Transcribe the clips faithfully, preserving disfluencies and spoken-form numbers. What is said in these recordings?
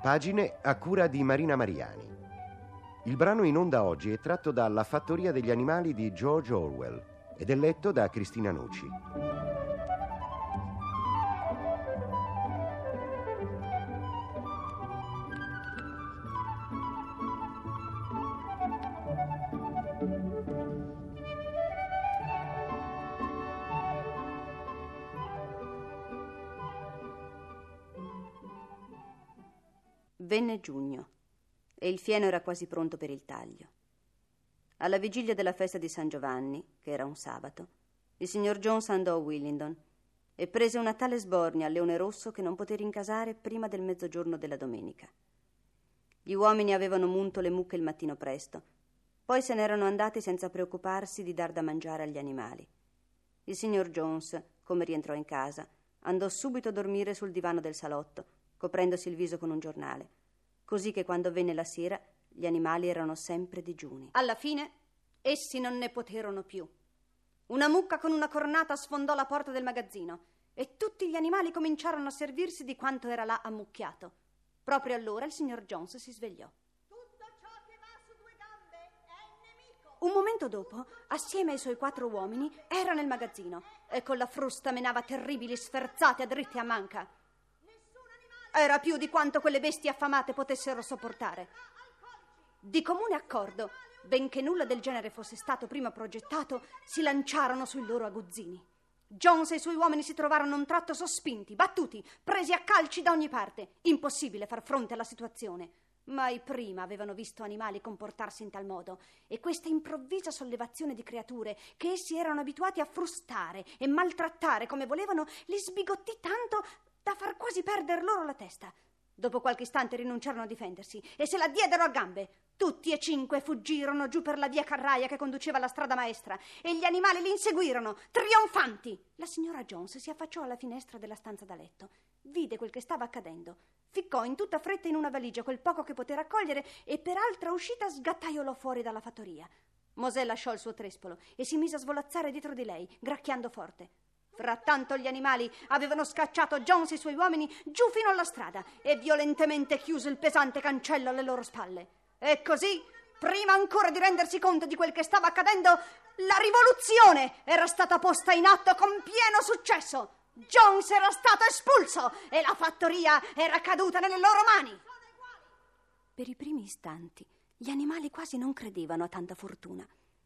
Pagine a cura di Marina Mariani. Il brano in onda oggi è tratto da La fattoria degli animali di George Orwell ed è letto da Cristina Nucci. Venne giugno e il fieno era quasi pronto per il taglio. Alla vigilia della festa di San Giovanni, che era un sabato, il signor Jones andò a Willingdon e prese una tale sbornia al leone rosso che non poté rincasare prima del mezzogiorno della domenica. Gli uomini avevano munto le mucche il mattino presto, poi se n'erano andati senza preoccuparsi di dar da mangiare agli animali. Il signor Jones, come rientrò in casa, andò subito a dormire sul divano del salotto, coprendosi il viso con un giornale, così che quando venne la sera gli animali erano sempre digiuni. Alla fine essi non ne poterono più. Una mucca con una cornata sfondò la porta del magazzino e tutti gli animali cominciarono a servirsi di quanto era là ammucchiato. Proprio allora il signor Jones si svegliò. Tutto ciò che va su due gambe è nemico. Un momento dopo, assieme ai suoi quattro uomini, era nel magazzino e con la frusta menava terribili sferzate a dritte e a manca. Era più di quanto quelle bestie affamate potessero sopportare. Di comune accordo, benché nulla del genere fosse stato prima progettato, si lanciarono sui loro aguzzini. Jones e i suoi uomini si trovarono un tratto sospinti, battuti, presi a calci da ogni parte. Impossibile far fronte alla situazione. Mai prima avevano visto animali comportarsi in tal modo, e questa improvvisa sollevazione di creature che essi erano abituati a frustare e maltrattare come volevano li sbigottì tanto da far quasi perder loro la testa. Dopo qualche istante rinunciarono a difendersi e se la diedero a gambe. Tutti e cinque fuggirono giù per la via carraia che conduceva alla strada maestra e gli animali li inseguirono, trionfanti. La signora Jones si affacciò alla finestra della stanza da letto, vide quel che stava accadendo, ficcò in tutta fretta in una valigia quel poco che poté raccogliere e per altra uscita sgattaiolò fuori dalla fattoria. Mosè lasciò il suo trespolo e si mise a svolazzare dietro di lei, gracchiando forte. Frattanto gli animali avevano scacciato Jones e i suoi uomini giù fino alla strada e violentemente chiuso il pesante cancello alle loro spalle. E così, prima ancora di rendersi conto di quel che stava accadendo, la rivoluzione era stata posta in atto con pieno successo. Jones era stato espulso e la fattoria era caduta nelle loro mani. Per i primi istanti, gli animali quasi non credevano a tanta fortuna.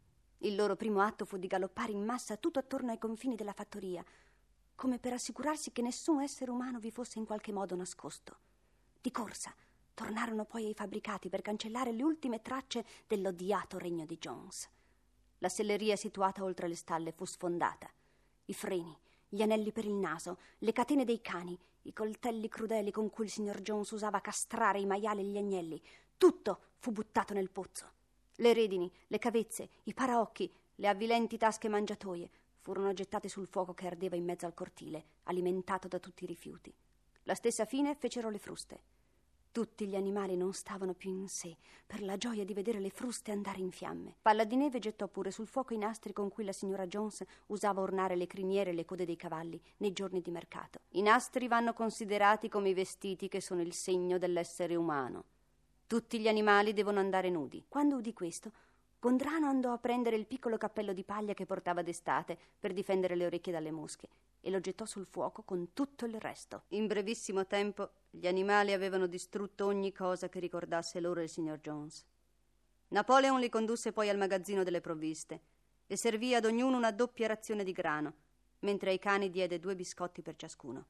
Il loro primo atto fu di galoppare in massa tutto attorno ai confini della fattoria, come per assicurarsi che nessun essere umano vi fosse in qualche modo nascosto. Di corsa tornarono poi ai fabbricati per cancellare le ultime tracce dell'odiato regno di Jones. La selleria situata oltre le stalle fu sfondata. I freni, gli anelli per il naso, le catene dei cani, i coltelli crudeli con cui il signor Jones usava castrare i maiali e gli agnelli, tutto fu buttato nel pozzo. Le redini, le cavezze, i paraocchi, le avvilenti tasche mangiatoie furono gettate sul fuoco che ardeva in mezzo al cortile, alimentato da tutti i rifiuti. La stessa fine fecero le fruste. Tutti gli animali non stavano più in sé per la gioia di vedere le fruste andare in fiamme. Palla di Neve gettò pure sul fuoco i nastri con cui la signora Jones usava ornare le criniere e le code dei cavalli nei giorni di mercato. I nastri vanno considerati come i vestiti che sono il segno dell'essere umano. Tutti gli animali devono andare nudi. Quando udì questo, Gondrano andò a prendere il piccolo cappello di paglia che portava d'estate per difendere le orecchie dalle mosche e lo gettò sul fuoco con tutto il resto. In brevissimo tempo gli animali avevano distrutto ogni cosa che ricordasse loro il signor Jones. Napoleon li condusse poi al magazzino delle provviste e servì ad ognuno una doppia razione di grano, mentre ai cani diede due biscotti per ciascuno.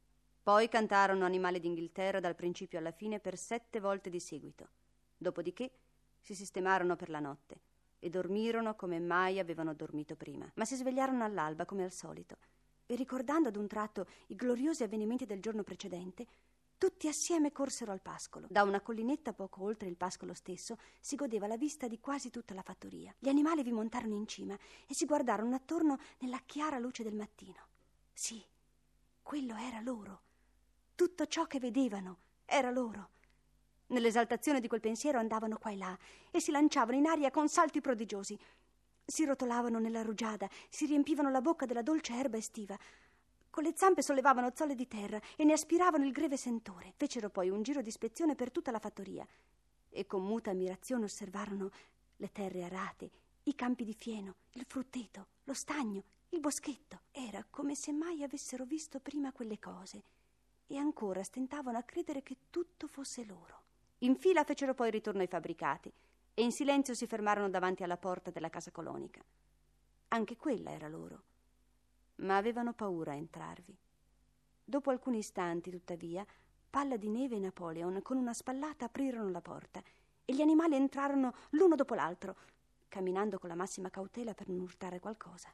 Poi cantarono Animali d'Inghilterra dal principio alla fine per sette volte di seguito. Dopodiché si sistemarono per la notte e dormirono come mai avevano dormito prima. Ma si svegliarono all'alba come al solito e, ricordando ad un tratto i gloriosi avvenimenti del giorno precedente, tutti assieme corsero al pascolo. Da una collinetta poco oltre il pascolo stesso si godeva la vista di quasi tutta la fattoria. Gli animali vi montarono in cima e si guardarono attorno nella chiara luce del mattino. Sì, quello era loro. Tutto ciò che vedevano era loro. Nell'esaltazione di quel pensiero andavano qua e là e si lanciavano in aria con salti prodigiosi. Si rotolavano nella rugiada, si riempivano la bocca della dolce erba estiva. Con le zampe sollevavano zolle di terra e ne aspiravano il greve sentore. Fecero poi un giro di ispezione per tutta la fattoria e con muta ammirazione osservarono le terre arate, i campi di fieno, il frutteto, lo stagno, il boschetto. Era come se mai avessero visto prima quelle cose e ancora stentavano a credere che tutto fosse loro. In fila fecero poi ritorno ai fabbricati e in silenzio si fermarono davanti alla porta della casa colonica. Anche quella era loro, ma avevano paura a entrarvi. Dopo alcuni istanti, tuttavia, Palla di Neve e Napoleon con una spallata aprirono la porta e gli animali entrarono l'uno dopo l'altro, camminando con la massima cautela per non urtare qualcosa.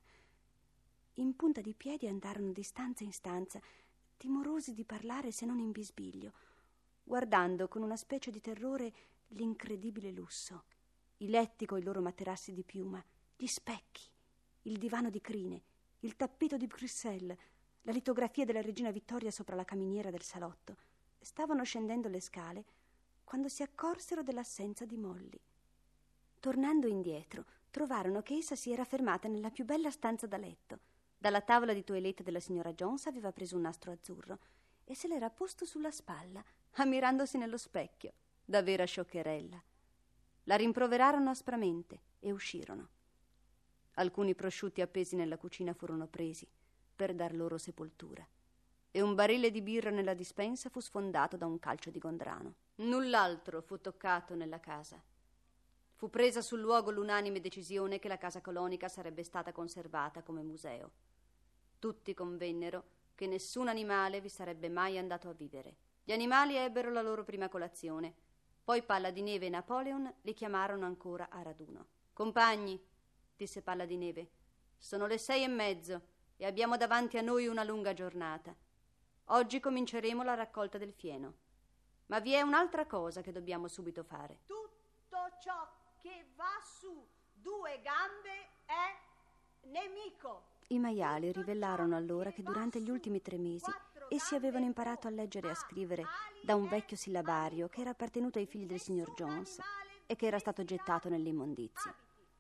In punta di piedi andarono di stanza in stanza, timorosi di parlare se non in bisbiglio, guardando con una specie di terrore l'incredibile lusso, i letti coi loro materassi di piuma, gli specchi, il divano di crine, il tappeto di Bruxelles, la litografia della regina Vittoria sopra la caminiera del salotto. Stavano scendendo le scale quando si accorsero dell'assenza di Molly. Tornando indietro, trovarono che essa si era fermata nella più bella stanza da letto. Dalla tavola di toilette della signora Jones aveva preso un nastro azzurro e se l'era posto sulla spalla, ammirandosi nello specchio, da vera scioccherella. La rimproverarono aspramente e uscirono. Alcuni prosciutti appesi nella cucina furono presi per dar loro sepoltura e un barile di birra nella dispensa fu sfondato da un calcio di Gondrano. Null'altro fu toccato nella casa. Fu presa sul luogo l'unanime decisione che la casa colonica sarebbe stata conservata come museo. Tutti convennero che nessun animale vi sarebbe mai andato a vivere. Gli animali ebbero la loro prima colazione, poi Palla di Neve e Napoleon li chiamarono ancora a raduno. «Compagni», disse Palla di Neve, «sono le sei e mezzo e abbiamo davanti a noi una lunga giornata. Oggi cominceremo la raccolta del fieno. Ma vi è un'altra cosa che dobbiamo subito fare». Tutto ciò che va su due gambe è nemico. I maiali rivelarono allora che durante gli ultimi tre mesi essi avevano imparato a leggere e a scrivere da un vecchio sillabario che era appartenuto ai figli del signor Jones e che era stato gettato nell'immondizia.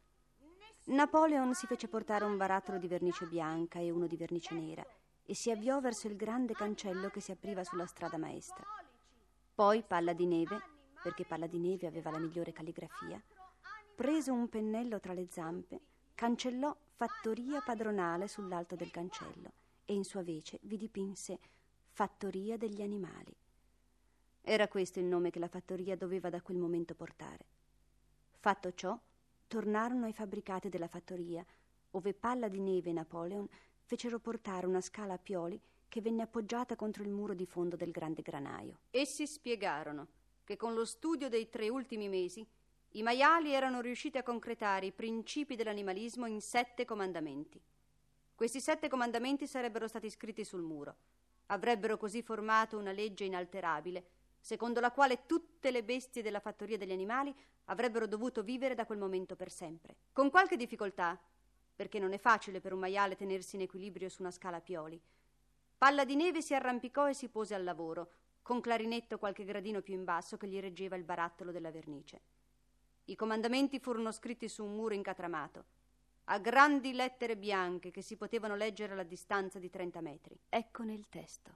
Napoleon si fece portare un barattolo di vernice bianca e uno di vernice nera e si avviò verso il grande cancello che si apriva sulla strada maestra. Poi Palla di Neve, perché Palla di Neve aveva la migliore calligrafia, prese un pennello tra le zampe, cancellò Fattoria Padronale sull'alto del cancello e in sua vece vi dipinse Fattoria degli Animali. Era questo il nome che la fattoria doveva da quel momento portare. Fatto ciò, tornarono ai fabbricati della fattoria, ove Palla di Neve e Napoleon fecero portare una scala a pioli che venne appoggiata contro il muro di fondo del grande granaio. Essi spiegarono che con lo studio dei tre ultimi mesi i maiali erano riusciti a concretare i principi dell'animalismo in sette comandamenti. Questi sette comandamenti sarebbero stati scritti sul muro. Avrebbero così formato una legge inalterabile, secondo la quale tutte le bestie della fattoria degli animali avrebbero dovuto vivere da quel momento per sempre. Con qualche difficoltà, perché non è facile per un maiale tenersi in equilibrio su una scala a pioli, Palla di Neve si arrampicò e si pose al lavoro, con Clarinetto qualche gradino più in basso che gli reggeva il barattolo della vernice. I comandamenti furono scritti su un muro incatramato, a grandi lettere bianche che si potevano leggere alla distanza di trenta metri. Eccone il testo.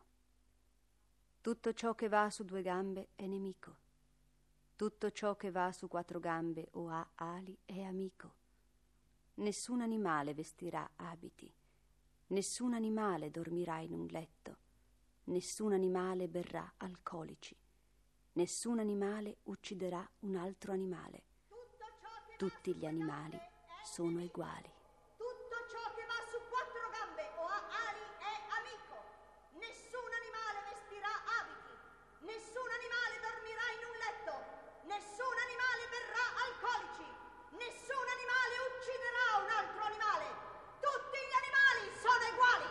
Tutto ciò che va su due gambe è nemico. Tutto ciò che va su quattro gambe o ha ali è amico. Nessun animale vestirà abiti. Nessun animale dormirà in un letto. Nessun animale berrà alcolici. Nessun animale ucciderà un altro animale. Tutti gli animali sono uguali. Tutto ciò che va su quattro gambe o ha ali è amico. Nessun animale vestirà abiti. Nessun animale dormirà in un letto. Nessun animale berrà alcolici. Nessun animale ucciderà un altro animale. Tutti gli animali sono uguali.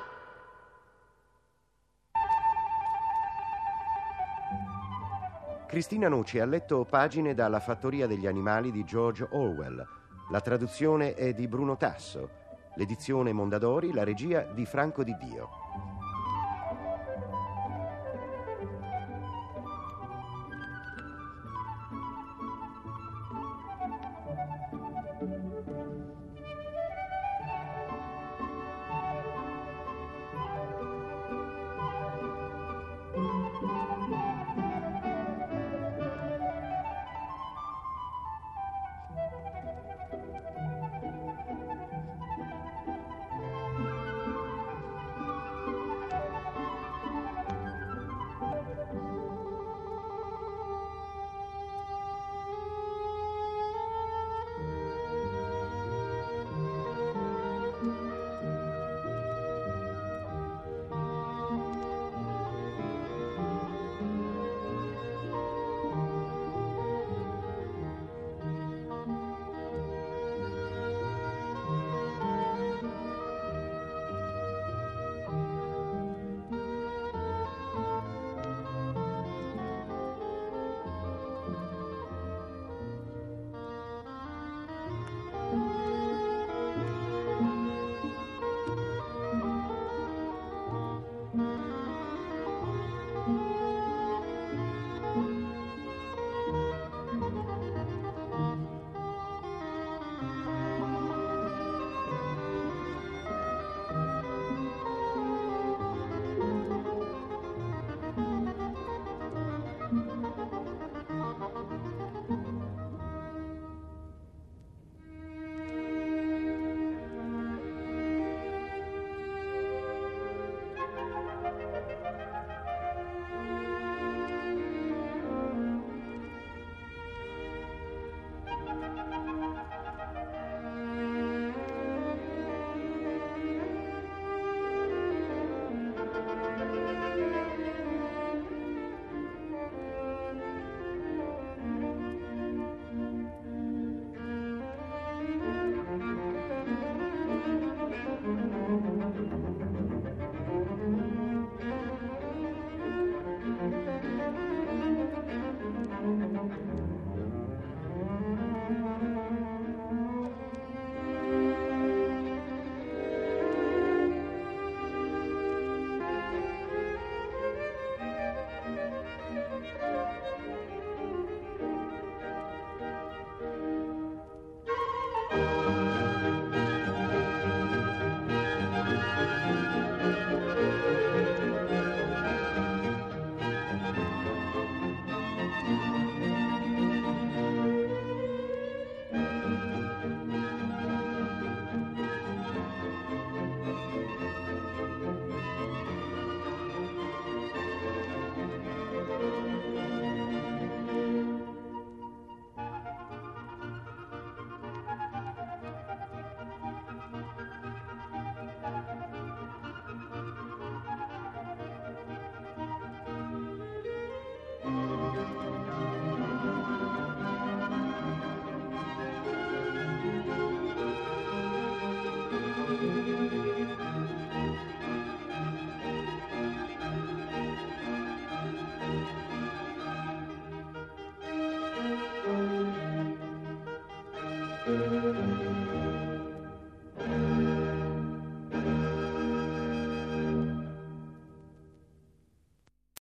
Cristina Nucci ha letto pagine dalla Fattoria degli Animali di George Orwell. La traduzione è di Bruno Tasso, l'edizione Mondadori, la regia di Franco Di Dio. Thank you.